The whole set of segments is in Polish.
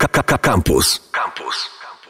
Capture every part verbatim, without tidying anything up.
Campus. Campus.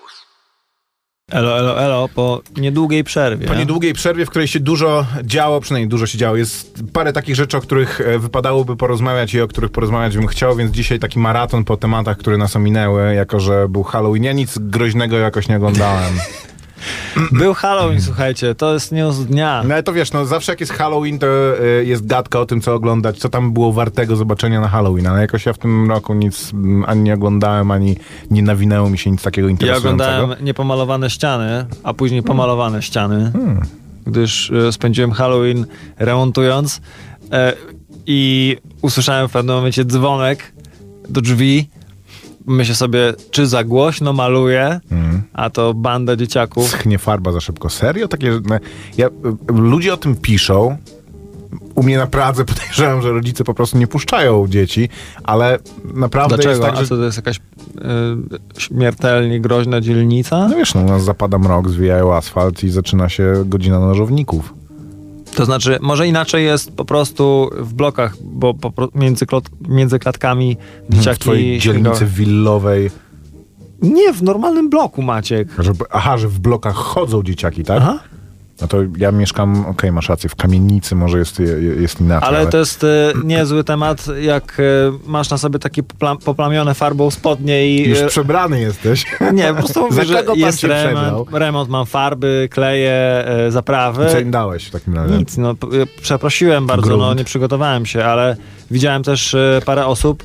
Elo, elo, elo, po niedługiej przerwie. Po niedługiej przerwie, w której się dużo działo, przynajmniej dużo się działo. Jest parę takich rzeczy, o których wypadałoby porozmawiać i o których porozmawiać bym chciał, więc dzisiaj taki maraton po tematach, które nas ominęły, jako że był Halloween. Ja nic groźnego jakoś nie oglądałem. Był Halloween, słuchajcie, to jest news dnia. No ale to wiesz, no zawsze jak jest Halloween, to y, jest gadka o tym, co oglądać, co tam było wartego zobaczenia na Halloween, ale jakoś ja w tym roku nic m, ani nie oglądałem, ani nie nawinęło mi się nic takiego interesującego. Ja oglądałem niepomalowane ściany, a później pomalowane ściany, hmm. gdyż y, spędziłem Halloween remontując y, i usłyszałem w pewnym momencie dzwonek do drzwi. Myślę sobie, czy za głośno maluję, mm. a to banda dzieciaków. Schnie farba za szybko. Serio? Takie, ja, ludzie o tym piszą. U mnie na Pradze podejrzewam, że rodzice po prostu nie puszczają dzieci, ale naprawdę Dlaczego? jest tak, że... A co, to jest jakaś y, śmiertelnie groźna dzielnica? No wiesz, no u nas zapada mrok, zwijają asfalt i zaczyna się godzina nożowników. To znaczy, może inaczej jest po prostu w blokach, bo po, między, klot, między klatkami dzieciaki... W twojej dzielnicy willowej. Nie, w normalnym bloku, Maciek. Że, aha, że w blokach chodzą dzieciaki, tak? Aha. No to ja mieszkam, okej, okay, masz rację, w kamienicy może jest, jest inaczej. Ale, ale to jest y, niezły temat, jak y, masz na sobie takie poplam, poplamione farbą spodnie i... Już przebrany jesteś. Nie, po prostu mówię, że jest remont, remont, mam farby, kleję, y, zaprawy. Co im dałeś w takim razie? Nic, no y, przeprosiłem bardzo, Grunt. no nie przygotowałem się, ale widziałem też y, parę osób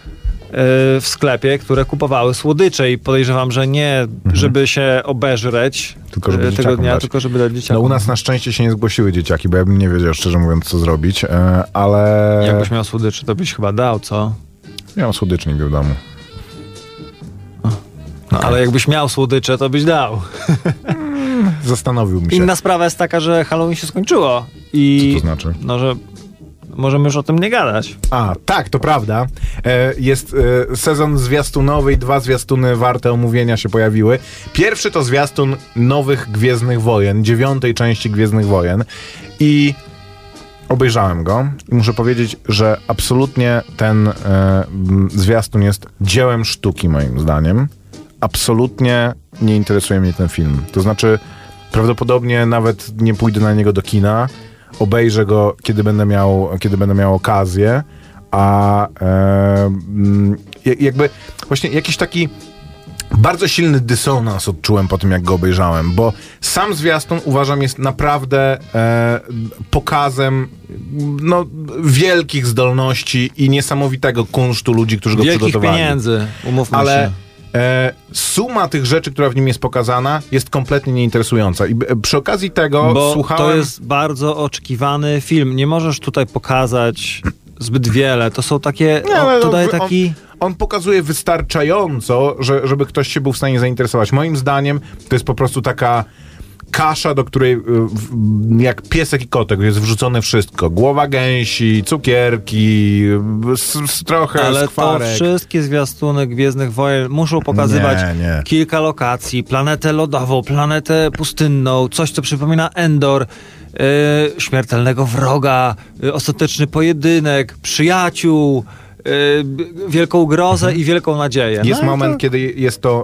w sklepie, które kupowały słodycze i podejrzewam, że nie, mhm. żeby się obeżreć tylko żeby tego dnia, dać. tylko żeby dać dzieciakom. No u nas na szczęście się nie zgłosiły dzieciaki, bo ja bym nie wiedział, szczerze mówiąc, co zrobić, ale... Jakbyś miał słodycze, to byś chyba dał, co? Miałem słodycznik w domu. No, okay. Ale jakbyś miał słodycze, to byś dał. Zastanowiłbym się. Inna sprawa jest taka, że Halloween się skończyło. I co to znaczy? No, że możemy już o tym nie gadać. A, tak, to prawda. E, jest e, sezon zwiastunowy i dwa zwiastuny warte omówienia się pojawiły. Pierwszy to zwiastun nowych Gwiezdnych Wojen, dziewiątej części Gwiezdnych Wojen. I obejrzałem go i muszę powiedzieć, że absolutnie ten e, zwiastun jest dziełem sztuki, moim zdaniem. Absolutnie nie interesuje mnie ten film. To znaczy, prawdopodobnie nawet nie pójdę na niego do kina. Obejrzę go, kiedy będę miał, kiedy będę miał okazję, a e, jakby właśnie jakiś taki bardzo silny dysonans odczułem po tym, jak go obejrzałem, bo sam zwiastun, uważam, jest naprawdę e, pokazem no, wielkich zdolności i niesamowitego kunsztu ludzi, którzy go wielkich przygotowali. Wielkich pieniędzy, umówmy Ale się. E, suma tych rzeczy, która w nim jest pokazana, jest kompletnie nieinteresująca. I e, przy okazji tego Bo słuchałem... to jest bardzo oczekiwany film. Nie możesz tutaj pokazać zbyt wiele. To są takie... Nie, o, no, tutaj on, taki... On pokazuje wystarczająco, że, żeby ktoś się był w stanie zainteresować. Moim zdaniem to jest po prostu taka kasza, do której jak piesek i kotek jest wrzucone wszystko. Głowa gęsi, cukierki, s, s, trochę Ale skwarek. to wszystkie zwiastuny Gwiezdnych Wojen muszą pokazywać nie, nie. kilka lokacji. Planetę lodową, planetę pustynną, coś, co przypomina Endor, yy, śmiertelnego wroga, yy, ostateczny pojedynek, przyjaciół, Yy, wielką grozę mhm. i wielką nadzieję. Jest no moment, to... kiedy jest to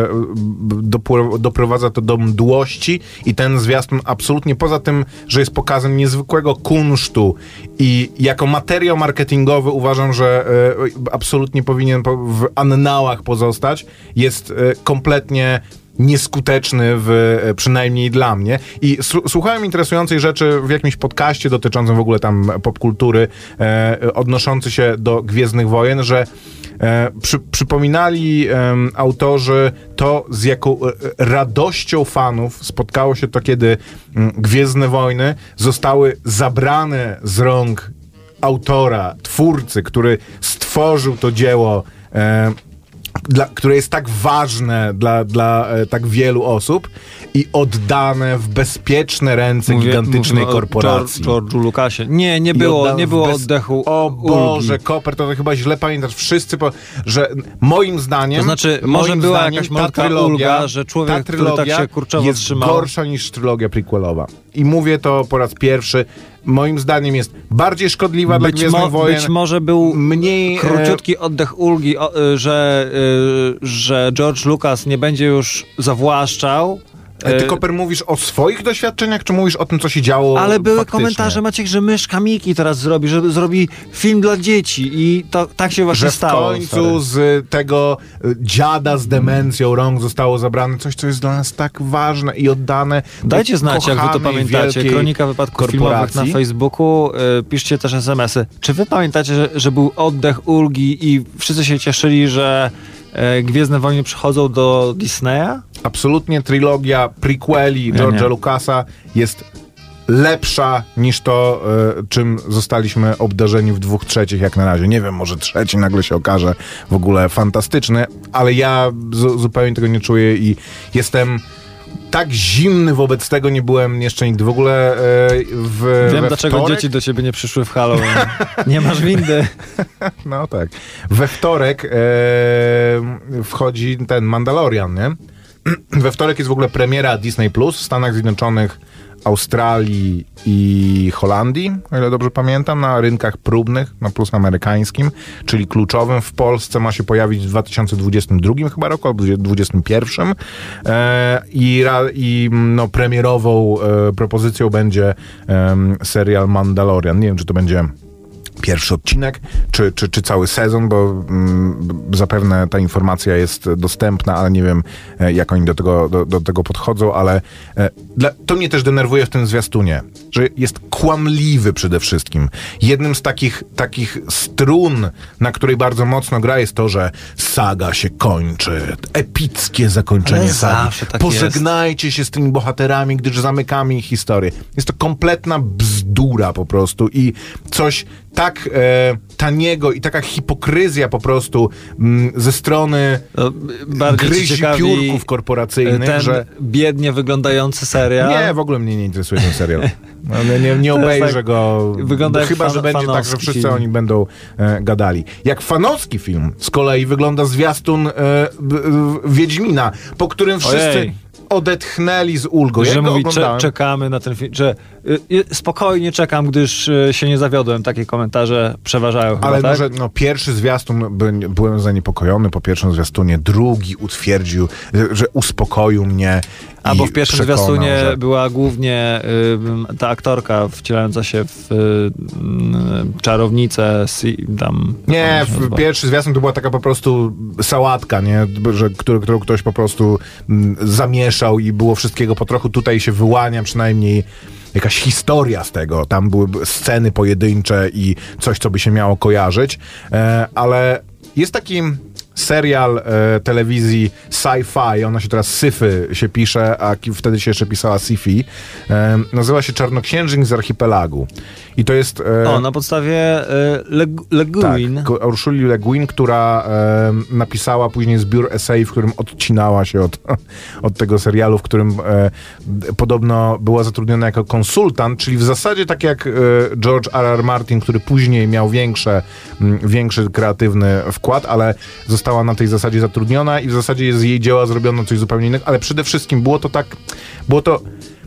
e, dopro, doprowadza to do mdłości i ten zwiastun absolutnie, poza tym, że jest pokazem niezwykłego kunsztu i jako materiał marketingowy uważam, że e, absolutnie powinien po, w annałach pozostać, jest e, kompletnie nieskuteczny, w, przynajmniej dla mnie. I słuchałem interesującej rzeczy w jakimś podcaście dotyczącym w ogóle tam popkultury, e, odnoszący się do Gwiezdnych Wojen, że e, przy, przypominali e, autorzy to, z jaką radością fanów spotkało się to, kiedy m, Gwiezdne Wojny zostały zabrane z rąk autora, twórcy, który stworzył to dzieło, e, Dla, które jest tak ważne dla, dla e, tak wielu osób i oddane w bezpieczne ręce Mówię, gigantycznej korporacji. George'u Lucasie. Nie, nie było, nie było bez... oddechu. O Boże, Koper, to chyba źle pamiętasz. Wszyscy, po... że moim zdaniem... To znaczy, może była zdaniem, jakaś malutka ulga, że człowiek, który tak się kurczowo jest trzymał... gorsza niż trylogia prequelowa. I mówię to po raz pierwszy. moim zdaniem jest bardziej szkodliwa być dla Gwiezdnych mo- Wojen. Być może był mniej króciutki oddech ulgi, o, że, y, że George Lucas nie będzie już zawłaszczał. Ty, Koper, mówisz o swoich doświadczeniach, czy mówisz o tym, co się działo Ale były faktycznie? komentarze, Maciek, że myszka Miki teraz zrobi, że zrobi film dla dzieci i to, tak się właśnie że stało. Że w końcu sorry. z tego dziada z demencją rąk zostało zabrane coś, co jest dla nas tak ważne i oddane. Dajcie znać, jak wy to pamiętacie. Kronika wypadków korporacji. filmowych na Facebooku. Yy, piszcie też es em esy. Czy wy pamiętacie, że, że był oddech ulgi i wszyscy się cieszyli, że Gwiezdne Wojny przychodzą do Disneya? Absolutnie trylogia prequeli ja George'a Lucasa jest lepsza niż to, y, czym zostaliśmy obdarzeni w dwóch trzecich jak na razie. Nie wiem, może trzeci nagle się okaże w ogóle fantastyczny, ale ja z- zupełnie tego nie czuję i jestem tak zimny wobec tego, nie byłem jeszcze nigdy. W ogóle e, w Wiem, we dlaczego wtorek... dzieci do ciebie nie przyszły w Halloween. Nie masz windy. No tak. We wtorek e, wchodzi ten Mandalorian, nie? We wtorek jest w ogóle premiera Disney Plus w Stanach Zjednoczonych, Australii i Holandii, o ile dobrze pamiętam, na rynkach próbnych, na plus amerykańskim, czyli kluczowym. W Polsce ma się pojawić w dwa tysiące dwudziestym drugim chyba roku, albo dwudziestym pierwszym. E, I, i no, premierową e, propozycją będzie e, serial Mandalorian. Nie wiem, czy to będzie pierwszy odcinek, czy, czy, czy cały sezon, bo mm, zapewne ta informacja jest dostępna, ale nie wiem, e, jak oni do tego, do, do tego podchodzą, ale e, dla, to mnie też denerwuje w tym zwiastunie, że jest kłamliwy przede wszystkim. Jednym z takich, takich strun, na której bardzo mocno gra, jest to, że saga się kończy. Epickie zakończenie ale sagi. Tak Pożegnajcie jest. się z tymi bohaterami, gdyż zamykamy ich historię. Jest to kompletna bzdura po prostu i coś tak e, taniego i taka hipokryzja po prostu m, ze strony no, gryzi piórków korporacyjnych, ten że biednie wyglądający serial. Nie, w ogóle mnie nie interesuje ten serial. No, nie, nie obejrzę tak, go, wygląda chyba, fan, że będzie tak, że wszyscy film. Oni będą e, gadali. Jak fanowski film z kolei wygląda zwiastun e, b, b, Wiedźmina, po którym wszyscy Ojej. odetchnęli z ulgą. Że Jak mówi, cze- czekamy na ten film, że y, y, spokojnie czekam, gdyż y, się nie zawiodłem. Takie komentarze przeważają chyba, ale tak? może no, pierwszy zwiastun, by, byłem zaniepokojony po pierwszym zwiastunie, drugi utwierdził, że, że uspokoił mnie. A bo w pierwszym zwiastunie że... była głównie y, ta aktorka wcielająca się w y, y, czarownicę si, tam... Nie, w pierwszy zwiastun to była taka po prostu sałatka, nie? Że, którą, którą ktoś po prostu m, zamieszał i było wszystkiego po trochu. Tutaj się wyłania przynajmniej jakaś historia z tego. Tam były sceny pojedyncze i coś, co by się miało kojarzyć. E, ale jest taki serial e, telewizji sci-fi, ona się teraz sci-fi się pisze, a wtedy się jeszcze pisała sci-fi. E, nazywa się Czarnoksiężnik z Archipelagu. I to jest... E, o, na podstawie e, Le, Le Guin. Tak, Urszuli Le Guin, która e, napisała później zbiór esej, w którym odcinała się od, od tego serialu, w którym e, podobno była zatrudniona jako konsultant, czyli w zasadzie tak jak e, George R R. Martin, który później miał większe, m, większy kreatywny wkład, ale została na tej zasadzie zatrudniona i w zasadzie z jej dzieła zrobiono coś zupełnie innego, ale przede wszystkim było to tak, było to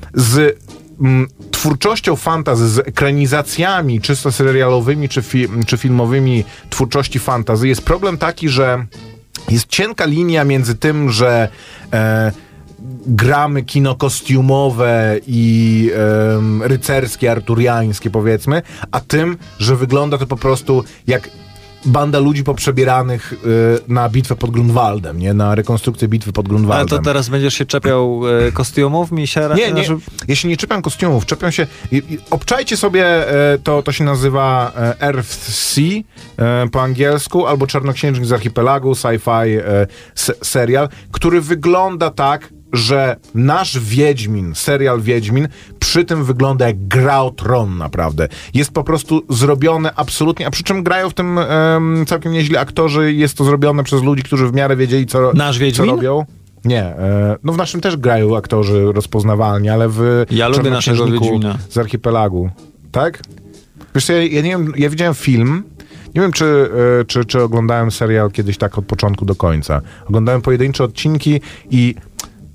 z m, twórczością fantasy, z ekranizacjami czysto serialowymi czy, fi, czy filmowymi twórczości fantasy jest problem taki, że jest cienka linia między tym, że e, gramy kino kostiumowe i e, rycerskie, arturiańskie powiedzmy, a tym, że wygląda to po prostu jak banda ludzi poprzebieranych y, na bitwę pod Grunwaldem, nie? Na rekonstrukcję bitwy pod Grunwaldem. Ale to teraz będziesz się czepiał y, kostiumów? Mi się nie, nie, ja się nie czepiam kostiumów, czepiam się... I, i, obczajcie sobie, y, to, to się nazywa y, Earth Sea y, po angielsku, albo Czarnoksiężnik z Archipelagu, sci-fi y, se, serial, który wygląda tak, że nasz Wiedźmin, serial Wiedźmin, przy tym wygląda jak gra o tron, naprawdę. Jest po prostu zrobione absolutnie, a przy czym grają w tym um, całkiem nieźli aktorzy, jest to zrobione przez ludzi, którzy w miarę wiedzieli, co, nasz Wiedźmin? co robią. Nie, e, no w naszym też grają aktorzy rozpoznawalni, ale w ja lubię naszego Wiedźmina z Archipelagu. Tak? Wiesz co, ja, ja nie wiem, ja widziałem film. Nie wiem, czy, e, czy, czy oglądałem serial kiedyś tak od początku do końca. Oglądałem pojedyncze odcinki i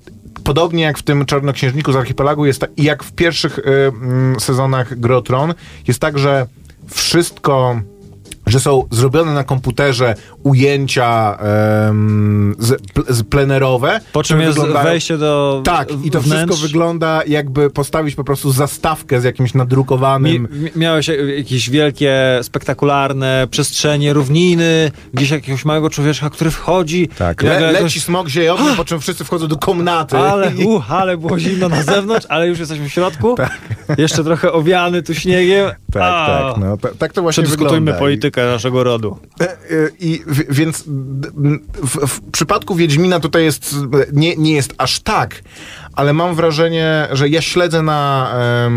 podobnie jak w tym Czarnoksiężniku z Archipelagu jest tak, i jak w pierwszych y, y, sezonach Gry o Tron, jest tak, że wszystko, że są zrobione na komputerze ujęcia um, z, z plenerowe. Po czym jest wyglądają... wejście do Tak, i to wnętrz. wszystko wygląda, jakby postawić po prostu zastawkę z jakimś nadrukowanym... Mi, miałeś jakieś wielkie, spektakularne przestrzenie, równiny, gdzieś jakiegoś małego człowieczka, który wchodzi. Tak, Le, le, jakoś... leci smok ziejony, po czym wszyscy wchodzą do komnaty. Ale, uh, ale było zimno na zewnątrz, ale już jesteśmy w środku. Tak. Jeszcze trochę owiany tu śniegiem. Tak, A, tak, no, tak, tak to właśnie Przedyskutujmy wygląda. politykę naszego rodu. I w, więc w, w przypadku Wiedźmina tutaj jest, nie, nie jest aż tak, ale mam wrażenie, że ja śledzę na,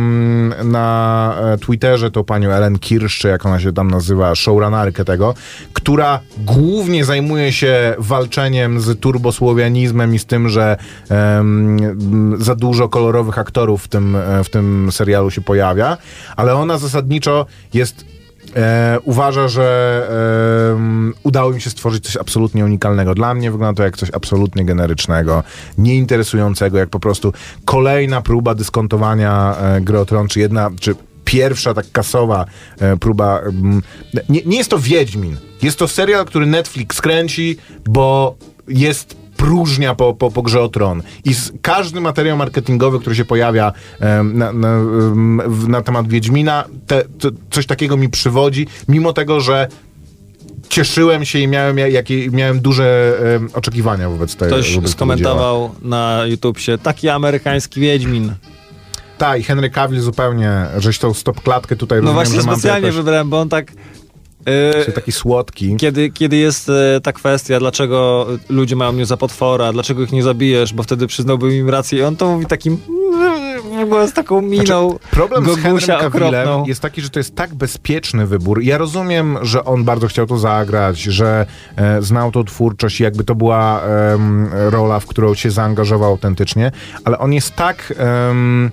na Twitterze tą panią Ellen Kirsch, czy jak ona się tam nazywa, showrunnerkę tego, która głównie zajmuje się walczeniem z turbosłowianizmem i z tym, że um, za dużo kolorowych aktorów w tym, w tym serialu się pojawia, ale ona zasadniczo jest E, uważa, że e, udało im się stworzyć coś absolutnie unikalnego. Dla mnie wygląda to jak coś absolutnie generycznego, nieinteresującego, jak po prostu kolejna próba dyskontowania e, Gry o Tron, czy jedna, czy pierwsza tak kasowa e, próba. M, nie, nie jest to Wiedźmin. Jest to serial, który Netflix kręci, bo jest próżnia po, po, po Grze o Tron. I z, każdy materiał marketingowy, który się pojawia um, na, na, um, na temat Wiedźmina, te, to, coś takiego mi przywodzi, mimo tego, że cieszyłem się i miałem, jak, miałem duże um, oczekiwania wobec tego. Ktoś wobec skomentował na YouTubie taki amerykański Wiedźmin. Tak, i Henry Cavill zupełnie, żeś tą stop-klatkę tutaj No rozumiem, właśnie że mam specjalnie jakoś, wybrałem, bo on tak... Yy, taki słodki. Kiedy, kiedy jest e, ta kwestia, dlaczego ludzie mają mnie za potwora, dlaczego ich nie zabijesz, bo wtedy przyznałbym im rację i on to mówi takim w ogóle z taką miną znaczy, problem z Henrym Cavillem okropną. jest taki, że to jest tak bezpieczny wybór. Ja rozumiem, że on bardzo chciał to zagrać, że e, znał tą twórczość i jakby to była e, rola, w którą się zaangażował autentycznie, ale on jest tak e,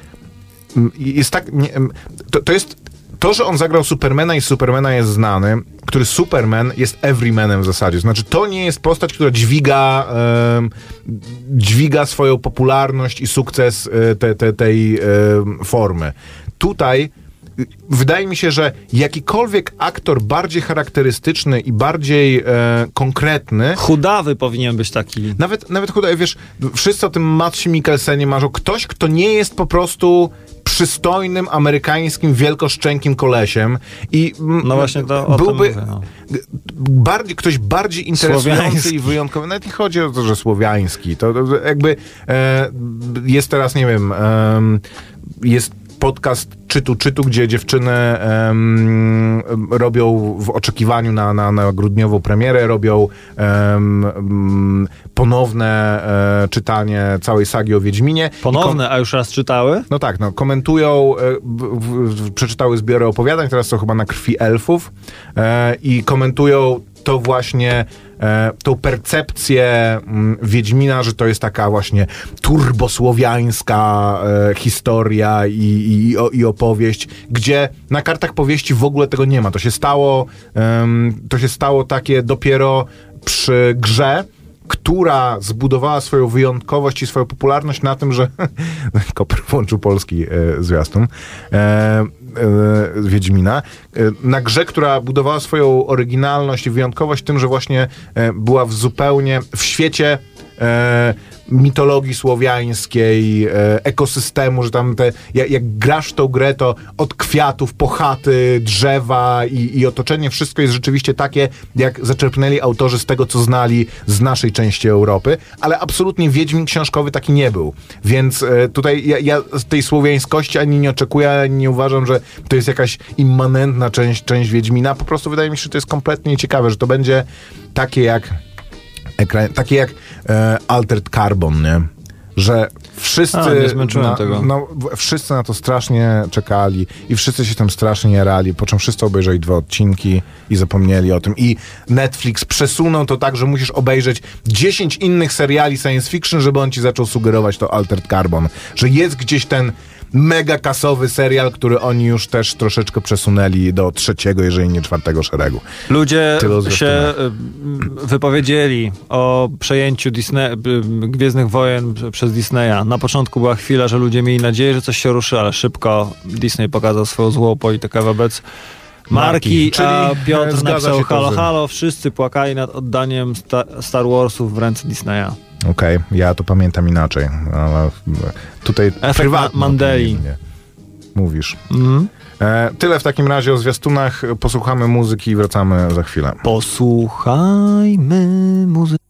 jest tak nie, to, to jest To, że on zagrał Supermana i z Supermana jest znany, który Superman jest everymanem w zasadzie. Znaczy, to nie jest postać, która dźwiga, e, dźwiga swoją popularność i sukces e, te, te, tej e, formy. Tutaj wydaje mi się, że jakikolwiek aktor bardziej charakterystyczny i bardziej e, konkretny... Chudawy powinien być taki. Nawet, nawet chudawy, wiesz, wszyscy o tym Matsie Mikkelsenie marzą. Ktoś, kto nie jest po prostu przystojnym, amerykańskim, wielkoszczękim kolesiem i no właśnie to o byłby tym mówię, no. bardziej, ktoś bardziej interesujący Słowiański. i wyjątkowy. Nawet nie chodzi o to, że słowiański. To, to jakby e, jest teraz, nie wiem, e, jest podcast Czytu Czytu, gdzie dziewczyny um, robią w oczekiwaniu na, na, na grudniową premierę, robią um, ponowne e, czytanie całej sagi o Wiedźminie. Ponowne, a już raz czytały? No tak, no komentują, e, w, w, przeczytały zbiory opowiadań, teraz są chyba na Krwi Elfów e, i komentują to właśnie e, tą percepcję m, Wiedźmina, że to jest taka właśnie turbosłowiańska e, historia i, i, i opowieść, gdzie na kartach powieści w ogóle tego nie ma. To się stało, um, to się stało takie dopiero przy grze, która zbudowała swoją wyjątkowość i swoją popularność na tym, że Koper włączył polski e, zwiastun e, e, Wiedźmina, e, na grze, która budowała swoją oryginalność i wyjątkowość tym, że właśnie e, była w zupełnie w świecie e, mitologii słowiańskiej, e, ekosystemu, że tam te, jak, jak grasz w tą grę, to od kwiatów po chaty, drzewa i, i otoczenie, wszystko jest rzeczywiście takie, jak zaczerpnęli autorzy z tego, co znali z naszej części Europy, ale absolutnie Wiedźmin książkowy taki nie był. Więc e, tutaj ja, ja z tej słowiańskości ani nie oczekuję, ani nie uważam, że to jest jakaś immanentna część, część Wiedźmina. Po prostu wydaje mi się, że to jest kompletnie ciekawe, że to będzie takie jak Ekran, takie jak e, Altered Carbon, nie? Że wszyscy A, nie zmęczyłem na, tego. No, wszyscy na to strasznie czekali i wszyscy się tam strasznie jarali, po czym wszyscy obejrzeli dwa odcinki i zapomnieli o tym. I Netflix przesunął to tak, że musisz obejrzeć dziesięć innych seriali science fiction, żeby on ci zaczął sugerować to Altered Carbon. Że jest gdzieś ten mega kasowy serial, który oni już też troszeczkę przesunęli do trzeciego, jeżeli nie czwartego szeregu. Ludzie się wypowiedzieli o przejęciu Disney, Gwiezdnych Wojen przez Disneya. Na początku była chwila, że ludzie mieli nadzieję, że coś się ruszy, ale szybko Disney pokazał swoją złą politykę wobec marki, Czyli a Piotr napisał halo, że... halo, wszyscy płakali nad oddaniem sta- Star Warsów w ręce Disneya. Okej, okay, ja to pamiętam inaczej, ale tutaj efekt prywatnie Mandeli. Mówisz. Mm. E, tyle w takim razie o zwiastunach. Posłuchamy muzyki i wracamy za chwilę. Posłuchajmy muzyki.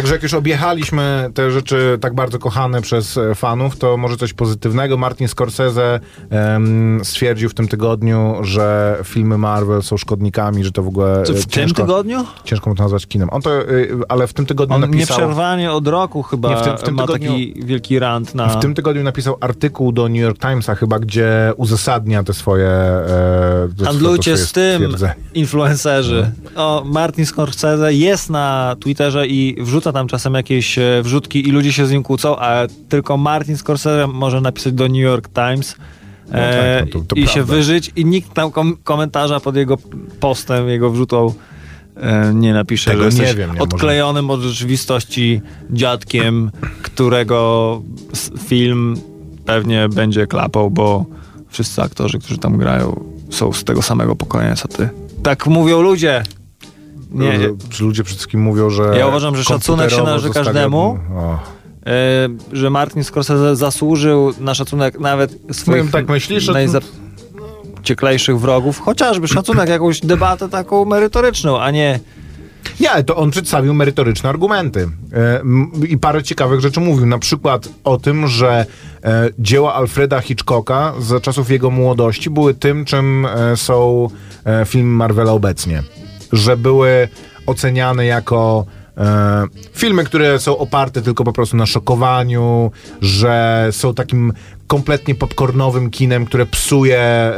że jak już objechaliśmy te rzeczy tak bardzo kochane przez fanów, to może coś pozytywnego. Martin Scorsese um, stwierdził w tym tygodniu, że filmy Marvel są szkodnikami, że to w ogóle Co, w ciężko, tym tygodniu? Ciężko mu to nazwać kinem. On to, ale w tym tygodniu On napisał... nieprzerwanie od roku chyba Nie, w tym, w tym ma tygodniu, taki wielki rant na... W tym tygodniu napisał artykuł do New York Timesa chyba, gdzie uzasadnia te swoje e, to, Handlujcie to swoje z tym, stwierdzenie. influencerzy. O, Martin Scorsese jest na Twitterze i wrzuca tam czasem jakieś wrzutki i ludzie się z nim kłócą, a tylko Martin Scorsese może napisać do New York Times No tak, e, no to, to i prawda. się wyżyć i nikt tam kom- komentarza pod jego postem, jego wrzutą e, nie napisze, Tego że nie jesteś wiem, nie, odklejonym od rzeczywistości dziadkiem, którego s- film pewnie będzie klapał, bo wszyscy aktorzy, którzy tam grają, są z tego samego pokolenia co ty. Tak mówią ludzie. Nie, nie. Czy ludzie przede wszystkim mówią, że... Ja uważam, że szacunek się należy zostawia- każdemu. O. E, że Martin Scorsese zasłużył na szacunek nawet swoich No, tak myślisz, że- najzacieklejszych wrogów. Chociażby szacunek, jakąś debatę taką merytoryczną, a nie... Nie, to on przedstawił merytoryczne argumenty e, m, i parę ciekawych rzeczy mówił. Na przykład o tym, że e, dzieła Alfreda Hitchcocka za czasów jego młodości były tym, czym e, są e, filmy Marvela obecnie. Że były oceniane jako e, filmy, które są oparte tylko po prostu na szokowaniu, że są takim kompletnie popcornowym kinem, które psuje e,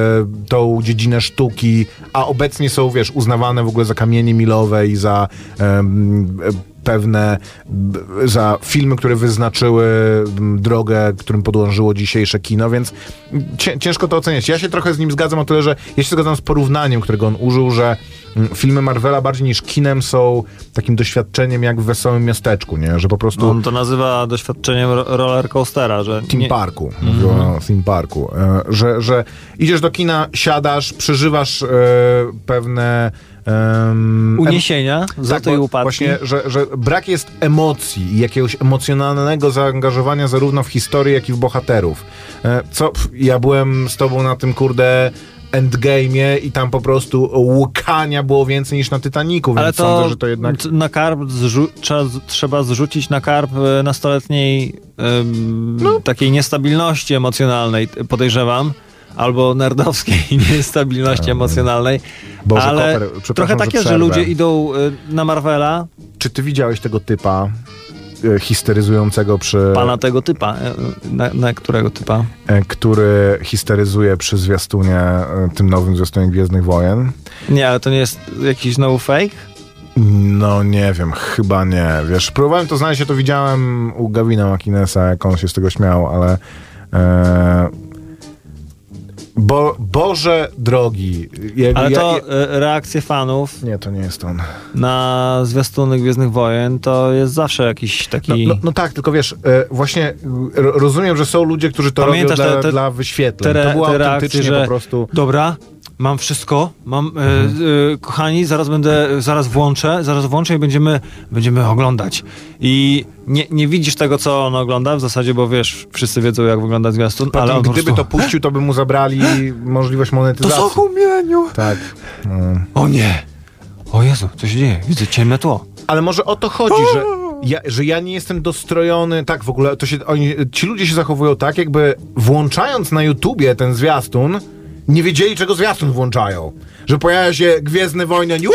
tą dziedzinę sztuki, a obecnie są, wiesz, uznawane w ogóle za kamienie milowe i za e, pewne, b, za filmy, które wyznaczyły m, drogę, którym podążyło dzisiejsze kino, więc cię, ciężko to oceniać. Ja się trochę z nim zgadzam o tyle, że ja się zgadzam z porównaniem, którego on użył, że m, filmy Marvela bardziej niż kinem są takim doświadczeniem jak w Wesołym Miasteczku, nie? Że po prostu... On to nazywa doświadczeniem ro- roller coastera, że... Theme nie... parku. Mówił mm-hmm. o theme parku. E, że, że idziesz do kina, siadasz, przeżywasz e, pewne Um, uniesienia, em- za tak, to i bo upadki. Właśnie, że, że brak jest emocji i jakiegoś emocjonalnego zaangażowania zarówno w historię, jak i w bohaterów. E, co, pf, ja byłem z tobą na tym, kurde, Endgame'ie i tam po prostu łkania było więcej niż na Titanicu, więc ale to sądzę, że to jednak... na karb zrzu- trzeba, trzeba zrzucić na karb e, nastoletniej em, No. takiej niestabilności emocjonalnej, podejrzewam, albo nerdowskiej niestabilności emocjonalnej. Boże, ale Koper, przepraszam, trochę takie, że że, przerwę. ludzie idą e, na Marvela, Czy ty widziałeś tego typa e, histeryzującego przy... pana tego typa. E, na, na którego typa? e, który histeryzuje przy zwiastunie, e, tym nowym zwiastunie Gwiezdnych Wojen? Nie, ale to nie jest jakiś znowu fake? No nie wiem, chyba nie. Wiesz, próbowałem to znaleźć, ja to widziałem u Gavina Makinesa, jak on się z tego śmiał, ale... E, Bo, Boże drogi. Ja, Ale ja, to ja, e, reakcje fanów nie, to nie jest on. na zwiastuny Gwiezdnych Wojen to jest zawsze jakiś taki... No, no, no tak, tylko wiesz, e, właśnie ro, rozumiem, że są ludzie, którzy to Pamiętasz robią te- dla, te- dla wyświetleń. te re- to było te reakcje, autentycznie że- po prostu... Dobra, mam wszystko, mam, e, e, kochani, zaraz będę, zaraz włączę, zaraz włączę i będziemy, będziemy oglądać. I nie, nie widzisz tego, co on ogląda w zasadzie, bo wiesz, wszyscy wiedzą, jak wygląda zwiastun, Po ale tym, on po gdyby prostu... to puścił, to by mu zabrali możliwość To monetyzacji. zagumieniu! Tak. No. O nie! O Jezu, co się dzieje? Widzę ciemne tło. Ale może o to chodzi, że ja, że ja nie jestem dostrojony. Tak, w ogóle to się, oni, ci ludzie się zachowują tak, jakby włączając na YouTubie ten zwiastun, nie wiedzieli, czego zwiastun włączają. Że pojawia się Gwiezdne Wojny, oni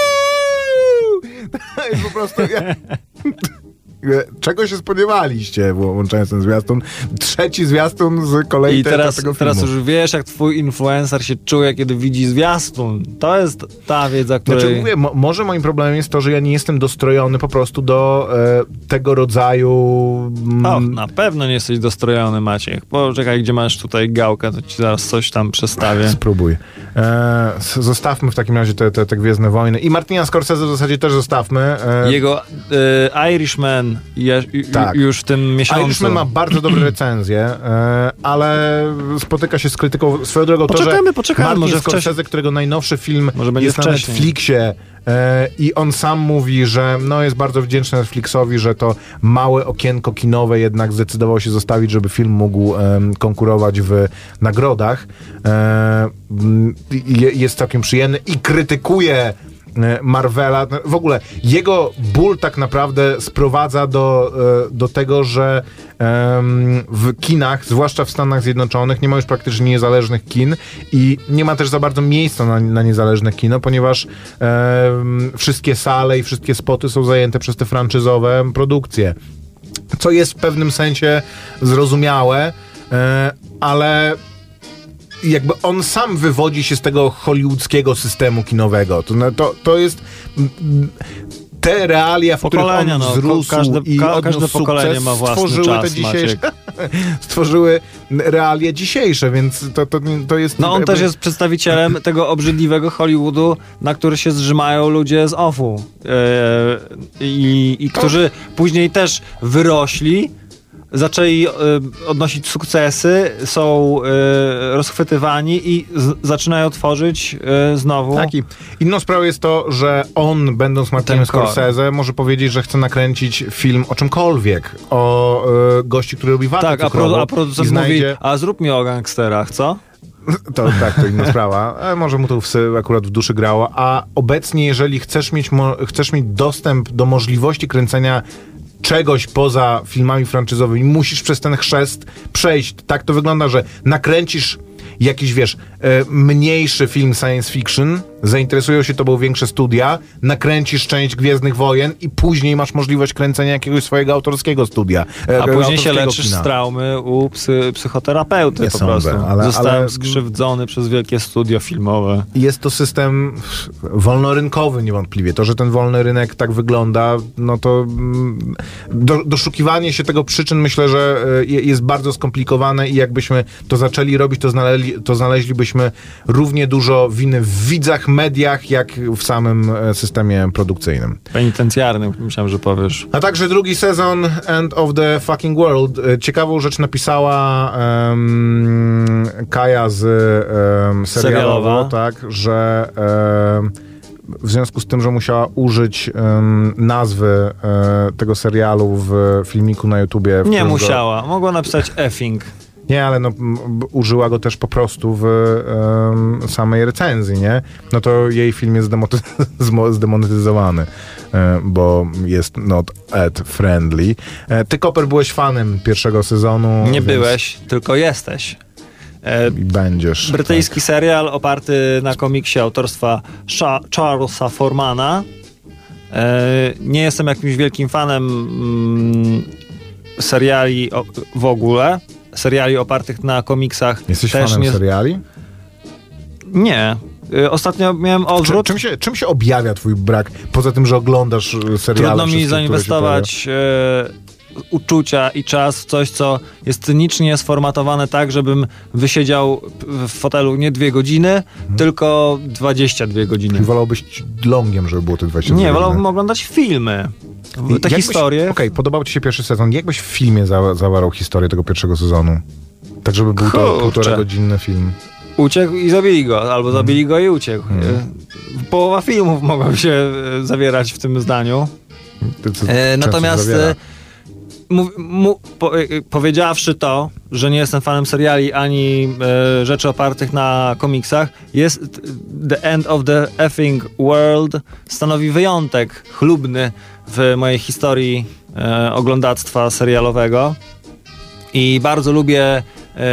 i po prostu... Ja, czego się spodziewaliście, włączając ten zwiastun? Trzeci zwiastun z kolei I te, teraz, tego teraz filmu. już wiesz, jak twój influencer się czuje, kiedy widzi zwiastun. To jest ta wiedza, której... Znaczy mówię, mo- może moim problemem jest to, że ja nie jestem dostrojony po prostu do e, tego rodzaju... Mm, Och, na pewno nie jesteś dostrojony, Maciek. Poczekaj, gdzie masz tutaj gałkę, to ci zaraz coś tam przestawię. Spróbuj. E, s- zostawmy w takim razie te, te, te Gwiezdne Wojny. I Martina Scorsese w zasadzie też zostawmy. E, Jego e, Irishman je, ju, Tak. już w tym miesiącu. Irishman ma bardzo dobre recenzje, e, ale spotyka się z krytyką. Swoją drogą to, Poczekajmy, że poczekajmy, Martin może Scorsese, wcześniej- którego najnowszy film Może będzie jest na wcześniej. Netflixie e, i on sam mówi, że no, jest bardzo wdzięczny Netflixowi, że to małe okienko kinowe jednak zdecydował się zostawić, żeby film mógł em, konkurować w nagrodach. E, m, je- jest całkiem przyjemny i krytykuje Marvela. W ogóle jego ból tak naprawdę sprowadza do, do tego, że w kinach, zwłaszcza w Stanach Zjednoczonych, nie ma już praktycznie niezależnych kin i nie ma też za bardzo miejsca na, na niezależne kino, ponieważ wszystkie sale i wszystkie spoty są zajęte przez te franczyzowe produkcje. Co jest w pewnym sensie zrozumiałe, ale jakby on sam wywodzi się z tego hollywoodzkiego systemu kinowego. To, to, to jest te realia, w Pokolenia, których on no, wzrósł każde, i ka- odniósł każde pokolenie sukces, ma własny stworzyły czas, te dzisiejsze, stworzyły realia dzisiejsze, więc to, to, to jest... No on jakby... też jest przedstawicielem tego obrzydliwego Hollywoodu, na który się zrzymają ludzie z offu yy, i, i którzy później też wyrośli, zaczęli y, odnosić sukcesy, są y, rozchwytywani i z, zaczynają tworzyć y, znowu. Tak, i inną sprawą jest to, że on, będąc Martinem Scorsese, może powiedzieć, że chce nakręcić film o czymkolwiek, o y, gości, który robi watę Tak, a, cukrową pro, a producent znajdzie... mówi, a zrób mi o gangsterach, co? To tak, to inna sprawa. Ale może mu to w, akurat w duszy grało. A obecnie, jeżeli chcesz mieć, mo, chcesz mieć dostęp do możliwości kręcenia czegoś poza filmami franczyzowymi, musisz przez ten chrzest przejść. Tak to wygląda, że nakręcisz jakiś, wiesz, e, mniejszy film science fiction, zainteresują się tobą większe studia, nakręcisz część Gwiezdnych Wojen i później masz możliwość kręcenia jakiegoś swojego autorskiego studia. E, A później się leczysz kina. z traumy u psy, psychoterapeuty Nie po sądzę, prostu. ale, Zostałem ale... skrzywdzony przez wielkie studio filmowe. Jest to system wolnorynkowy niewątpliwie. To, że ten wolny rynek tak wygląda, no to do, doszukiwanie się tego przyczyn, myślę, że jest bardzo skomplikowane i jakbyśmy to zaczęli robić, to, znaleźli, to znaleźlibyśmy równie dużo winy w widzach, mediach, jak w samym systemie produkcyjnym. Penitencjarnym, myślałem, że powiesz. A także drugi sezon End of the Fucking World. Ciekawą rzecz napisała um, Kaja z um, serialowo, tak, że um, w związku z tym, że musiała użyć um, nazwy um, tego serialu w filmiku na YouTubie. Nie musiała. Go... Mogła napisać effing. Nie, ale no, m, użyła go też po prostu w um, samej recenzji, nie? No to jej film jest zdemoty- zdemonetyzowany, e, bo jest not ad friendly. E, ty, Koper, byłeś fanem pierwszego sezonu. Nie więc... byłeś, tylko jesteś. E, I będziesz. brytyjski tak. serial oparty na komiksie autorstwa Sha- Charlesa Formana. E, nie jestem jakimś wielkim fanem mm, seriali o, w ogóle. Seriali opartych na komiksach. Jesteś też fanem nie... seriali? Nie. Y, Ostatnio miałem odwrót. Czym, czym, się, czym się objawia twój brak? Poza tym, że oglądasz seriale. Trudno mi wszystkie, zainwestować e, uczucia i czas w coś, co jest cynicznie sformatowane tak, żebym wysiedział w fotelu nie dwie godziny, mhm. tylko dwadzieścia dwie godziny. Czyli wolałbyś longiem, żeby było te dwadzieścia dwie Nie, godziny? wolałbym oglądać filmy. I te historie. Okej, okay, podobał ci się pierwszy sezon. Jak byś w filmie za, zawarł historię tego pierwszego sezonu? Tak, żeby był to półtora godzinny film. Uciekł i zabili go, albo zabili hmm. go i uciekł. Hmm. Połowa filmów mogła się zawierać w tym zdaniu. To, co e, natomiast mu, mu, po, powiedziawszy to, że nie jestem fanem seriali ani e, rzeczy opartych na komiksach, jest The End of the Effing World stanowi wyjątek chlubny w mojej historii e, oglądactwa serialowego i bardzo lubię e,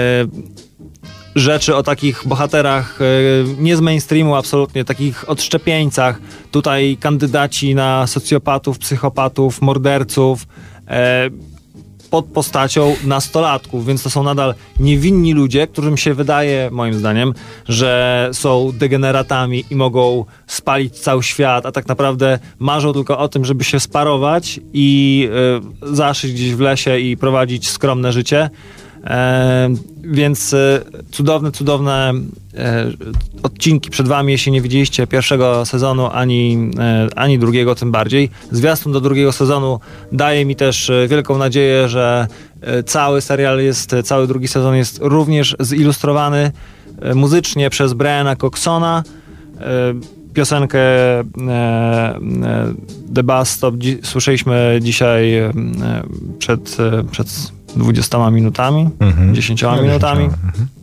rzeczy o takich bohaterach e, nie z mainstreamu absolutnie, takich odszczepieńcach. Tutaj kandydaci na socjopatów, psychopatów, morderców e, pod postacią nastolatków, więc to są nadal niewinni ludzie, którym się wydaje, moim zdaniem, że są degeneratami i mogą spalić cały świat, a tak naprawdę marzą tylko o tym, żeby się sparować i y, zaszyć gdzieś w lesie i prowadzić skromne życie. E, więc e, cudowne, cudowne e, odcinki przed wami, jeśli nie widzieliście pierwszego sezonu, ani, e, ani drugiego tym bardziej. Zwiastun do drugiego sezonu daje mi też e, wielką nadzieję, że e, cały serial jest, cały drugi sezon jest również zilustrowany e, muzycznie przez Briana Coxona. E, piosenkę e, e, The Bus Stop dzi- słyszeliśmy dzisiaj e, przed, e, przed dwudziestoma minutami, mhm. dziesięcioma minutami. Mhm.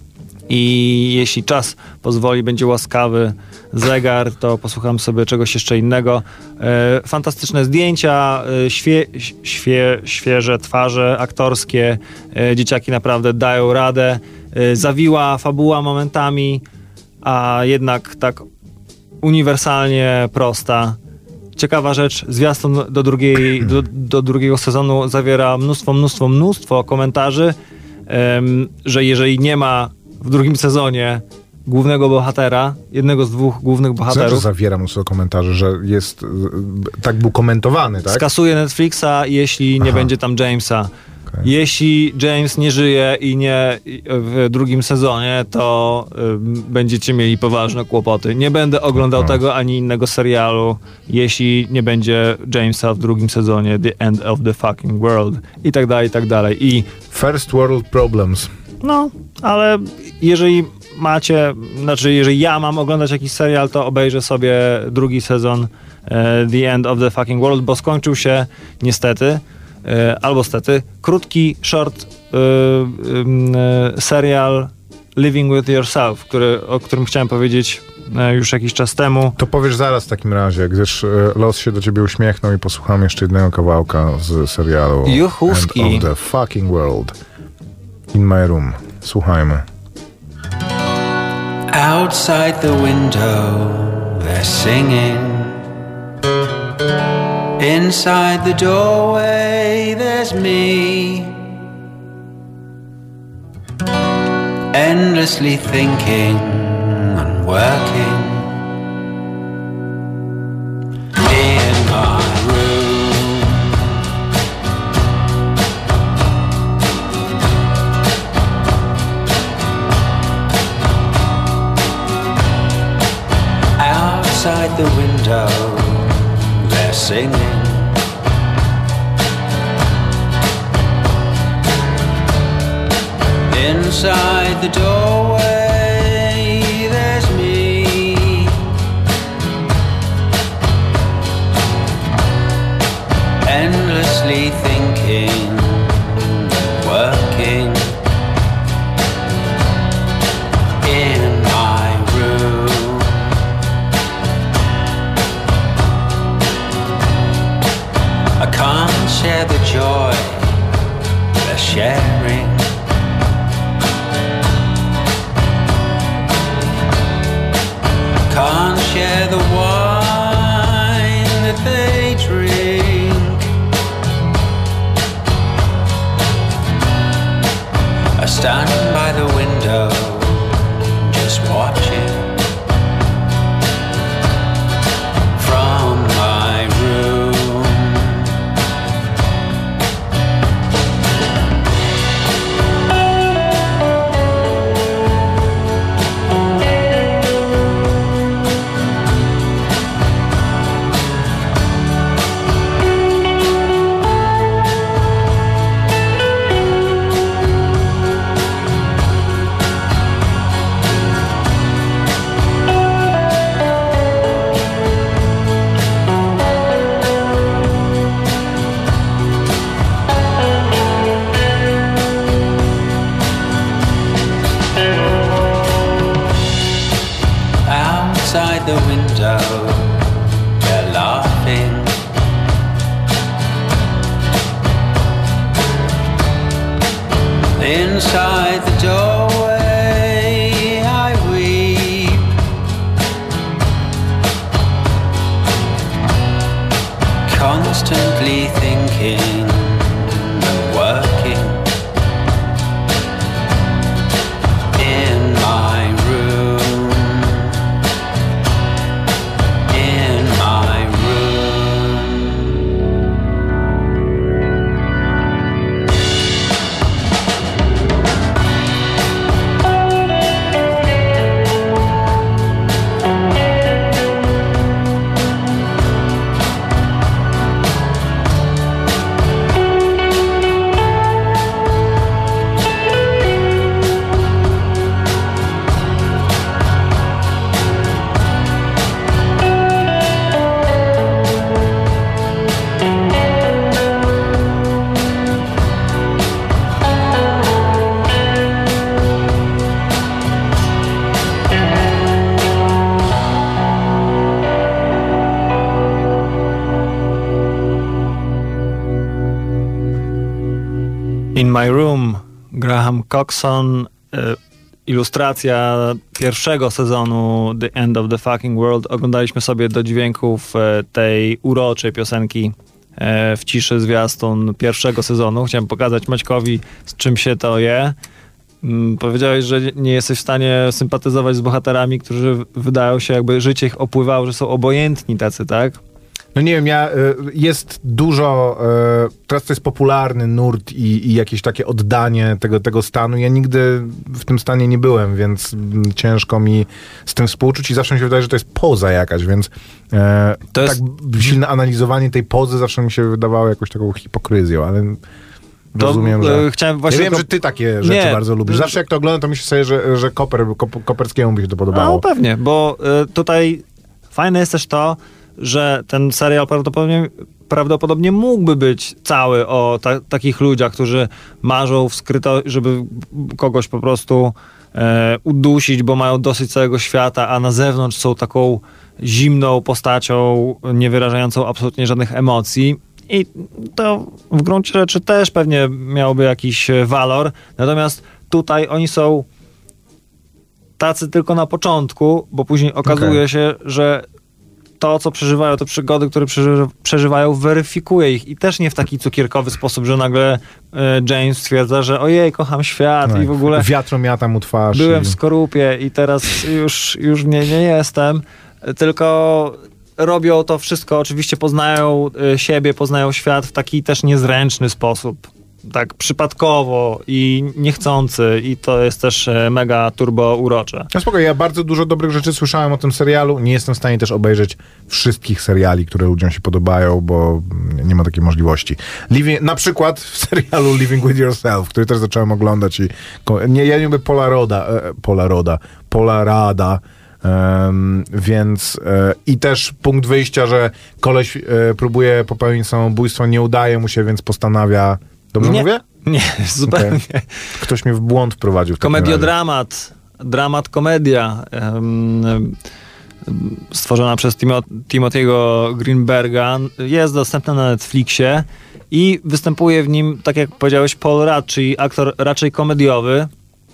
i jeśli czas pozwoli, będzie łaskawy zegar, to posłucham sobie czegoś jeszcze innego. E, fantastyczne zdjęcia, e, świe, świe, świeże twarze aktorskie, e, dzieciaki naprawdę dają radę. E, zawiła fabuła momentami, a jednak tak uniwersalnie prosta. Ciekawa rzecz, zwiastun do, drugiej, do, do drugiego sezonu zawiera mnóstwo, mnóstwo, mnóstwo komentarzy, um, że jeżeli nie ma w drugim sezonie głównego bohatera, jednego z dwóch głównych bohaterów... Znaczy, zawiera mnóstwo komentarzy, że jest, tak był komentowany, tak? Skasuje Netflixa, jeśli nie Aha. będzie tam Jamesa. Okay. Jeśli James nie żyje i nie w drugim sezonie, to y, będziecie mieli poważne kłopoty. Nie będę oglądał no. tego ani innego serialu, jeśli nie będzie Jamesa w drugim sezonie. The end of the fucking world. I tak dalej, i tak dalej. I First world problems. No, ale jeżeli macie, znaczy jeżeli ja mam oglądać jakiś serial, to obejrzę sobie drugi sezon e, The End of the Fucking World, bo skończył się niestety, e, albo stety, krótki, short e, e, serial Living with Yourself, który, o którym chciałem powiedzieć e, już jakiś czas temu. To powiesz zaraz w takim razie, gdyż e, los się do ciebie uśmiechnął i posłucham jeszcze jednego kawałka z serialu Juchuski. End of the Fucking World. In my room. Słuchajmy. Outside the window, they're singing. Inside the doorway, there's me. Endlessly thinking and working. In my room. Outside the window, they're singing. Inside the doorway, there's me. Endlessly thinking, working. In my room. I can't share the joy they're sharing. Can't share the wine that they drink. I stand by the window, just watching from my room. Outside the window, they're laughing. Inside the doorway, I weep. Constantly thinking and working. In my room. In my room. In My Room, Graham Coxon, y, ilustracja pierwszego sezonu The End of the Fucking World. Oglądaliśmy sobie do dźwięków y, tej uroczej piosenki y, w ciszy zwiastun pierwszego sezonu. Chciałem pokazać Maćkowi, z czym się to je. Mm, powiedziałeś, że nie jesteś w stanie sympatyzować z bohaterami, którzy wydają się, jakby życie ich opływało, że są obojętni tacy, tak? No nie wiem, ja, y, jest dużo, y, teraz to jest popularny nurt i, i jakieś takie oddanie tego, tego stanu. Ja nigdy w tym stanie nie byłem, więc mm, ciężko mi z tym współczuć i zawsze mi się wydaje, że to jest poza jakaś, więc y, To jest- tak silne analizowanie tej pozy zawsze mi się wydawało jakąś taką hipokryzją, ale To, rozumiem, że... y, chciałem właśnie Ja wiem, tylko- że ty takie rzeczy Nie. bardzo lubisz. Zawsze jak to oglądam, to myślę sobie, że, że Koper, Kop, Koperskiemu by się to podobało. No pewnie, bo y, tutaj fajne jest też to, że ten serial prawdopodobnie, prawdopodobnie mógłby być cały o ta, takich ludziach, którzy marzą w skryto, żeby kogoś po prostu e, udusić, bo mają dosyć całego świata, a na zewnątrz są taką zimną postacią, nie wyrażającą absolutnie żadnych emocji. I to w gruncie rzeczy też pewnie miałoby jakiś e, walor. Natomiast tutaj oni są tacy tylko na początku, bo później okazuje Okej. się, że to, co przeżywają, te przygody, które przeży- przeżywają, weryfikuje ich. I też nie w taki cukierkowy sposób, że nagle e, James stwierdza, że ojej, kocham świat Tak. i w ogóle Wiatromiata mu twarz. byłem i... w skorupie i teraz już, już nie, nie jestem. Tylko robią to wszystko, oczywiście poznają e, siebie, poznają świat w taki też niezręczny sposób. Tak przypadkowo i niechcący i to jest też e, mega turbo urocze. No spoko, ja bardzo dużo dobrych rzeczy słyszałem o tym serialu. Nie jestem w stanie też obejrzeć wszystkich seriali, które ludziom się podobają, bo nie ma takiej możliwości. Living, na przykład w serialu Living With Yourself, który też zacząłem oglądać i ko- nie, ja nie lubię Paula Roda, e, Paula Roda, Paula Rada, em, więc e, i też punkt wyjścia, że koleś e, próbuje popełnić samobójstwo, nie udaje mu się, więc postanawia... Dobrze Nie. mówię? Nie, zupełnie. Ktoś mnie w błąd wprowadził. w takim razie. Komediodramat, dramat komedia, em, em, stworzona przez Timo, Timothy'ego Greenberga, jest dostępna na Netflixie i występuje w nim, tak jak powiedziałeś, Paul Rudd, czyli aktor raczej komediowy.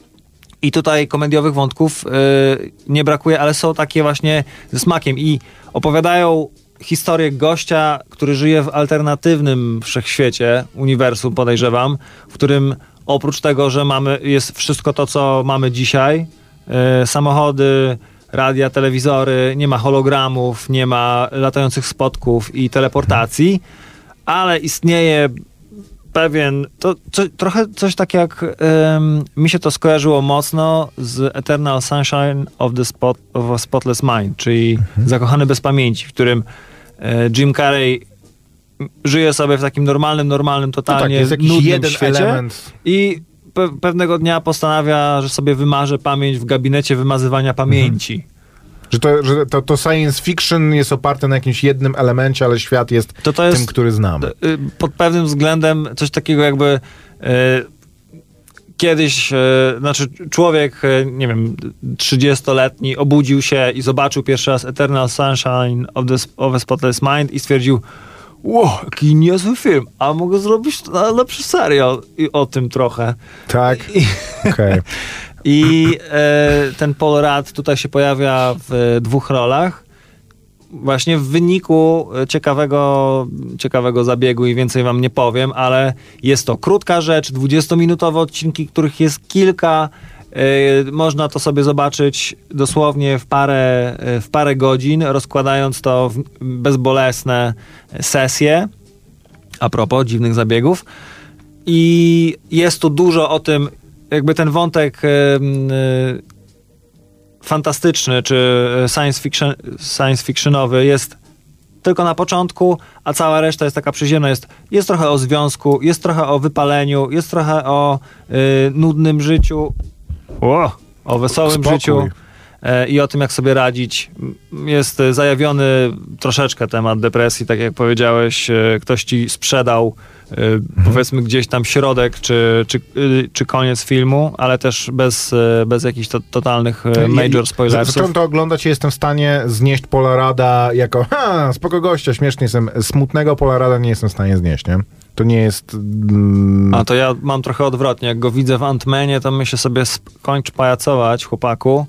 I tutaj komediowych wątków y, nie brakuje, ale są takie właśnie ze smakiem i opowiadają historię gościa, który żyje w alternatywnym wszechświecie, uniwersum podejrzewam, w którym oprócz tego, że mamy, jest wszystko to, co mamy dzisiaj, y, samochody, radia, telewizory, nie ma hologramów, nie ma latających spotków i teleportacji, ale istnieje pewien, to co, trochę coś tak jak um, mi się to skojarzyło mocno z Eternal Sunshine of the Spot, of a Spotless Mind, czyli Mhm. Zakochany bez pamięci, w którym e, Jim Carrey żyje sobie w takim normalnym, normalnym, No tak, totalnie jest jakiś nudnym jeden świecie element. i pe- pewnego dnia postanawia, że sobie wymaże pamięć w gabinecie wymazywania pamięci. Że, to, że to, to science fiction jest oparte na jakimś jednym elemencie, ale świat jest, To to jest tym, który znamy. y, pod pewnym względem coś takiego jakby y, kiedyś, y, znaczy człowiek, y, nie wiem, trzydziestoletni obudził się i zobaczył pierwszy raz Eternal Sunshine of, the, of a Spotless Mind i stwierdził, wow, jaki niezły film, a mogę zrobić lepszy serial i o tym trochę. Tak? I, Okej. I e, ten Paul Rudd tutaj się pojawia w e, dwóch rolach. Właśnie w wyniku ciekawego, ciekawego zabiegu i więcej wam nie powiem, ale jest to krótka rzecz, dwudziestominutowe odcinki, których jest kilka. E, można to sobie zobaczyć dosłownie w parę, e, w parę godzin, rozkładając to w bezbolesne sesje. A propos dziwnych zabiegów. I jest tu dużo o tym, jakby ten wątek y, y, fantastyczny czy science fiction, science fictionowy jest tylko na początku, a cała reszta jest taka przyziemna. Jest, jest trochę o związku, jest trochę o wypaleniu, jest trochę o y, nudnym życiu, o, o wesołym Spokój. życiu y, i o tym, jak sobie radzić. Jest y, zajawiony troszeczkę temat depresji, tak jak powiedziałeś, y, ktoś ci sprzedał y, powiedzmy gdzieś tam środek czy, czy, y, czy koniec filmu, ale też bez, y, bez jakichś to, totalnych y, major spoilersów. Zacząłem to oglądać i jestem w stanie znieść Paula Rada jako ha, spoko gościa, śmiesznie jestem. Smutnego Paula Rada nie jestem w stanie znieść, nie? To nie jest... Mm, A to ja mam trochę odwrotnie. Jak go widzę w Ant-Manie, to myślę sobie, skończ pajacować, chłopaku.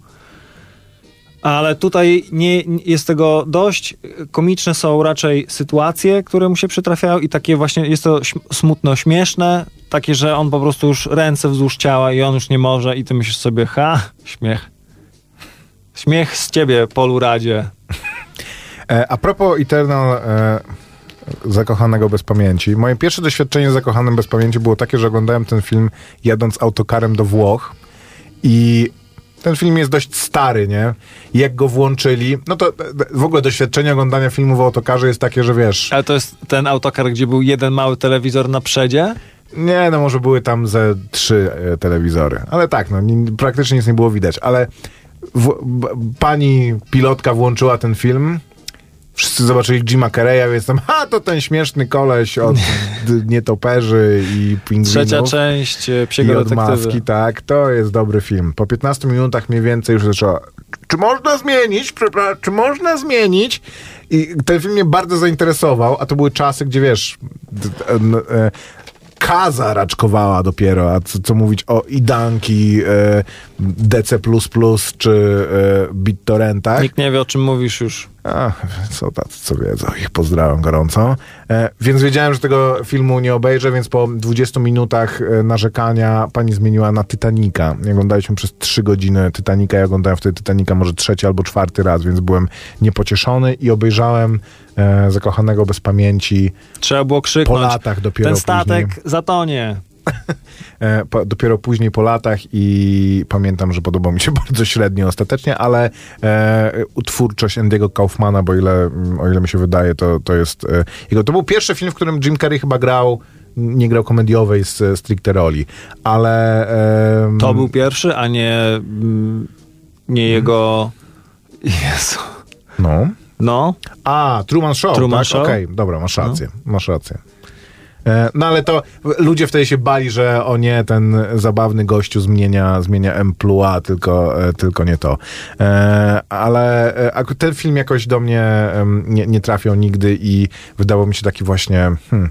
Ale tutaj nie, jest tego dość. Komiczne są raczej sytuacje, które mu się przytrafiają i takie właśnie, jest to smutno śmieszne, takie, że on po prostu już ręce wzdłuż ciała i on już nie może i ty myślisz sobie, ha, śmiech. Śmiech z ciebie, Polu Radzie. E, a propos Eternal... E, Zakochanego bez pamięci. Moje pierwsze doświadczenie z Zakochanym bez pamięci było takie, że oglądałem ten film jadąc autokarem do Włoch i ten film jest dość stary, nie? I jak go włączyli, no to w ogóle doświadczenie oglądania filmu w autokarze jest takie, że wiesz... Ale to jest ten autokar, gdzie był jeden mały telewizor na przedzie? Nie, no może były tam ze trzy e, telewizory. Ale tak, no nie, praktycznie nic nie było widać. Ale w, b, pani pilotka włączyła ten film. Wszyscy zobaczyli Jima Carreya, więc tam, ha, to ten śmieszny koleś od nietoperzy i pingwinów. Trzecia część Psiego I od Detektywy. Maski, tak, to jest dobry film. Po piętnastu minutach mniej więcej już zaczęła, czy można zmienić, przepraszam, czy można zmienić? I ten film mnie bardzo zainteresował, a to były czasy, gdzie wiesz, d- d- e, Kaza raczkowała dopiero, a co, co mówić o idanki, e, D C plus plus czy e, BitTorrentach. Nikt nie wie, o czym mówisz już. A, są tacy, co wiedzą. Ich pozdrawiam gorąco. E, więc wiedziałem, że tego filmu nie obejrzę, więc po dwudziestu minutach e, narzekania pani zmieniła na Titanica. Oglądaliśmy przez trzy godziny Titanica. Ja oglądałem wtedy Titanica może trzeci albo czwarty raz, więc byłem niepocieszony i obejrzałem e, Zakochanego bez pamięci Trzeba było krzyknąć. po latach dopiero Ten statek później. zatonie. E, po, dopiero później po latach i pamiętam, że podobał mi się bardzo średnio ostatecznie, ale e, twórczość Andy'ego Kaufmana, bo ile, o ile mi się wydaje, to, to jest e, jego. To był pierwszy film, w którym Jim Carrey chyba grał, nie grał komediowej z stricte roli, ale... E, To był pierwszy, a nie mm, nie jego... Jezu. No. No. A, Truman Show, Truman tak? Show? Okej, okay, dobra, masz rację, no. masz rację. No ale to ludzie wtedy się bali, że o nie, ten zabawny gościu zmienia, zmienia emploi, tylko, tylko nie to. Ale ten film jakoś do mnie nie, nie trafiał nigdy i wydawał mi się taki właśnie hmm,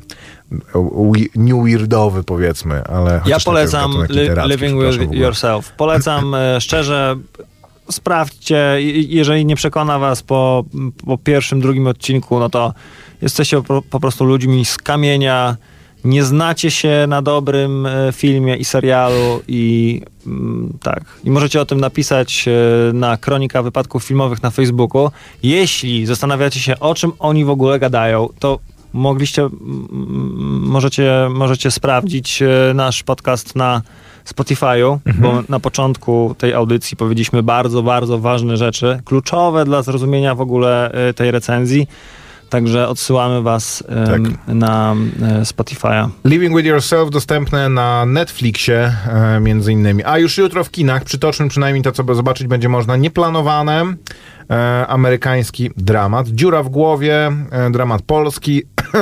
new weirdowy, powiedzmy, ale Ja polecam li, Living with Yourself. Polecam szczerze. Sprawdźcie, jeżeli nie przekona was po, po pierwszym, drugim odcinku, no to jesteście po, po prostu ludźmi z kamienia, nie znacie się na dobrym filmie i serialu i mm, tak. I możecie o tym napisać na Kronika Wypadków Filmowych na Facebooku. Jeśli zastanawiacie się, o czym oni w ogóle gadają, to mogliście, m, możecie, możecie sprawdzić nasz podcast na Spotify'u, mhm. bo na początku tej audycji powiedzieliśmy bardzo, bardzo ważne rzeczy, kluczowe dla zrozumienia w ogóle tej recenzji. Także odsyłamy was tak. um, na um, Spotify'a. Living with Yourself dostępne na Netflixie e, między innymi. A już jutro w kinach, przytocznym przynajmniej to, co zobaczyć będzie można, nieplanowane, e, amerykański dramat. Dziura w głowie, e, dramat polski,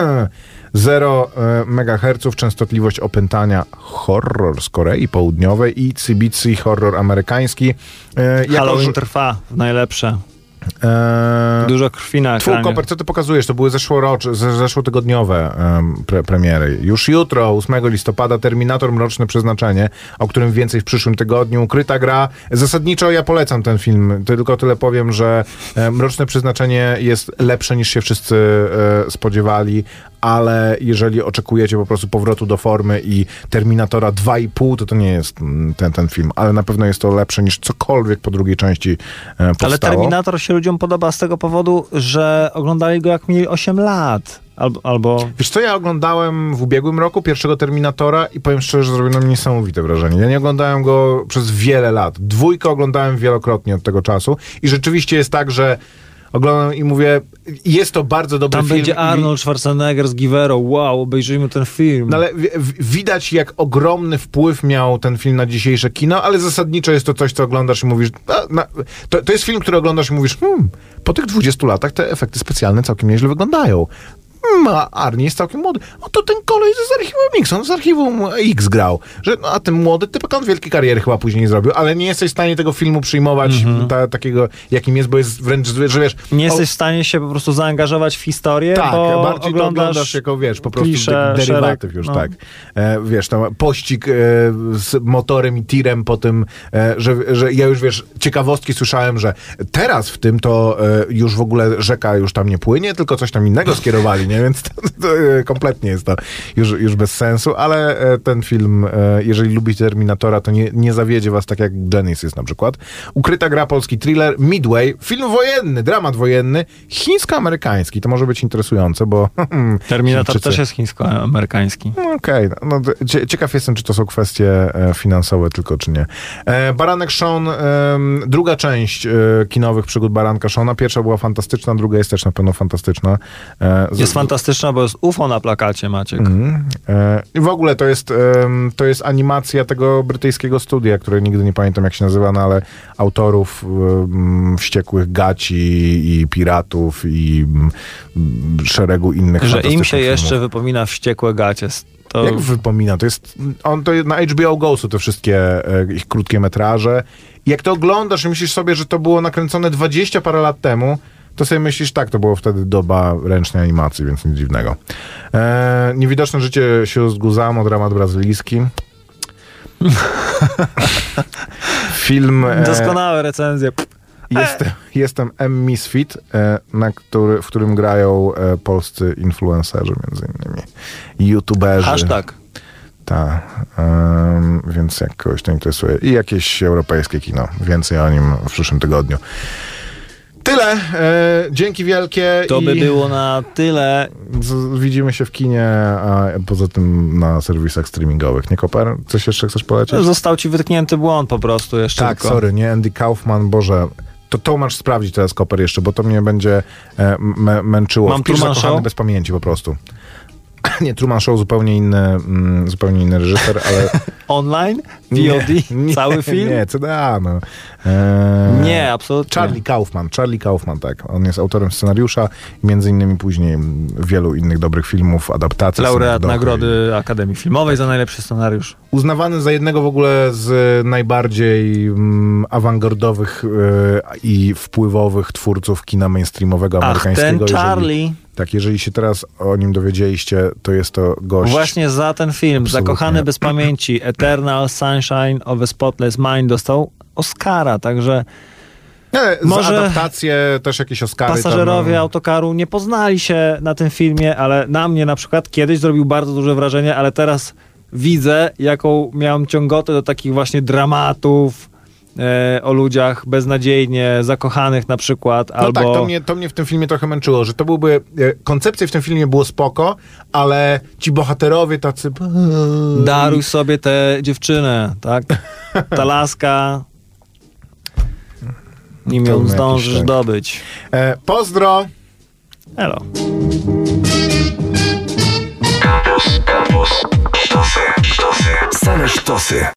zero megaherców, częstotliwość opętania, horror z Korei Południowej i cybicy horror amerykański. E, Halloween jako, trwa w najlepsze. Eee, Dużo krwi na ekranie. Koper, co ty pokazujesz? To były zeszłorocze, zeszłotygodniowe um, pre premiery. Już jutro, ósmego listopada, Terminator Mroczne Przeznaczenie, o którym więcej w przyszłym tygodniu. Ukryta gra. Zasadniczo ja polecam ten film. Tylko tyle powiem, że e, Mroczne Przeznaczenie jest lepsze niż się wszyscy e, spodziewali, ale jeżeli oczekujecie po prostu powrotu do formy i Terminatora dwa i pół, to to nie jest ten, ten film, ale na pewno jest to lepsze niż cokolwiek po drugiej części e, powstało. Ale Terminator się ludziom podoba z tego powodu, że oglądali go jak mieli osiem lat. Albo, albo... Wiesz co, ja oglądałem w ubiegłym roku pierwszego Terminatora i powiem szczerze, że zrobiło na mnie niesamowite wrażenie. Ja nie oglądałem go przez wiele lat. Dwójkę oglądałem wielokrotnie od tego czasu i rzeczywiście jest tak, że oglądam i mówię, jest to bardzo dobry Tam film. Tam będzie Arnold Schwarzenegger z Givero. Wow, obejrzyjmy ten film. No ale w, w, widać, jak ogromny wpływ miał ten film na dzisiejsze kino, ale zasadniczo jest to coś, co oglądasz i mówisz... A, na, to, to jest film, który oglądasz i mówisz, hmm, po tych dwudziestu latach te efekty specjalne całkiem nieźle wyglądają. hmm, a Arnie jest całkiem młody. O, to ten kolej z archiwum X, on z archiwum X grał. Że, no, a ten młody typek, on wielkiej kariery chyba później zrobił, ale nie jesteś w stanie tego filmu przyjmować mm-hmm. ta, takiego, jakim jest, bo jest wręcz, że wiesz... Nie jesteś o, w stanie się po prostu zaangażować w historię, tak, bo bardziej oglądasz, to oglądasz jako, wiesz, po prostu klisze, derywatyw szereg, już, no. tak. E, wiesz, tam pościg e, z motorem i tirem po tym, e, że, że ja już, wiesz, ciekawostki słyszałem, że teraz w tym to e, już w ogóle rzeka już tam nie płynie, tylko coś tam innego skierowali, nie? Więc to, to, e, kompletnie jest to już, już bez sensu, ale e, ten film, e, jeżeli lubicie Terminatora, to nie, nie zawiedzie was tak jak Genesis na przykład. Ukryta gra, polski thriller, Midway, film wojenny, dramat wojenny, chińsko-amerykański. To może być interesujące, bo... Terminator Chińczycy... też jest chińsko-amerykański. No, okej, okay. no, cie, ciekaw jestem, czy to są kwestie e, finansowe tylko, czy nie. E, Baranek Sean, e, druga część e, kinowych przygód Baranka Seana. Pierwsza była fantastyczna, druga jest też na pewno fantastyczna. E, z, jest fantastyczna, bo jest U F O na plakacie, Maciek. Mm, e, I w ogóle to jest, e, to jest animacja tego brytyjskiego studia, które nigdy nie pamiętam, jak się nazywa, no ale autorów e, Wściekłych Gaci i Piratów i m, szeregu innych że im się filmów. jeszcze wypomina Wściekłe Gacie. To... Jak wypomina? To jest, on to jest na H B O Go są te wszystkie e, ich krótkie metraże. I jak to oglądasz i myślisz sobie, że to było nakręcone dwadzieścia parę lat temu, to sobie myślisz, tak, to było wtedy doba ręcznej animacji, więc nic dziwnego. E, Niewidoczne życie sióstr Guzamo, dramat brazylijski. Film... E, Doskonałe recenzje. Jestem, jestem M. Misfit, e, na który, w którym grają e, polscy influencerzy, między innymi youtuberzy. Hashtag. Tak, um, więc jak kogoś to interesuje. I jakieś europejskie kino. Więcej o nim w przyszłym tygodniu. Tyle. E, dzięki wielkie. To i by było na tyle. z, widzimy się w kinie, a poza tym na serwisach streamingowych. Nie, Koper? Coś jeszcze chcesz polecieć? Został ci wytknięty błąd po prostu jeszcze. Tak, tylko. sorry, nie Andy Kaufman, Boże. To to masz sprawdzić teraz, Koper, jeszcze, bo to mnie będzie e, m- męczyło. Mam Wpisz Truman Zakochany Show? bez pamięci po prostu. Nie, Truman Show zupełnie inny, mm, zupełnie inny reżyser, ale... Online? V O D? nie, Cały film? Nie, C D A, no. Eee, Nie, absolutnie. Charlie Kaufman, Charlie Kaufman, tak. On jest autorem scenariusza i między innymi później wielu innych dobrych filmów, adaptacji. Laureat Synecdoche Nagrody Akademii Filmowej za najlepszy scenariusz. Uznawany za jednego w ogóle z najbardziej mm, awangardowych y, i wpływowych twórców kina mainstreamowego Ach, amerykańskiego. ten Charlie. Jeżeli, tak, jeżeli się teraz o nim dowiedzieliście, to jest to gość... Właśnie za ten film, Absolutnie. Zakochany bez pamięci, Eternal Sunshine of a Spotless Mind, dostał Oscara, także Nie, może za adaptacje też jakieś Oscary. pasażerowie tam, autokaru nie poznali się na tym filmie, ale na mnie na przykład kiedyś zrobił bardzo duże wrażenie, ale teraz widzę, jaką miałem ciągotę do takich właśnie dramatów e, o ludziach beznadziejnie zakochanych na przykład, No albo... tak, to mnie, to mnie w tym filmie trochę męczyło, że to byłby... E, koncepcja w tym filmie było spoko, ale ci bohaterowie tacy... Daruj sobie tę dziewczynę, tak? Ta laska... Nim ją Pełny jakiś zdążysz tak. dobyć. E, pozdro! Elo. Campus, campus, sztosy, sztosy, same sztosy.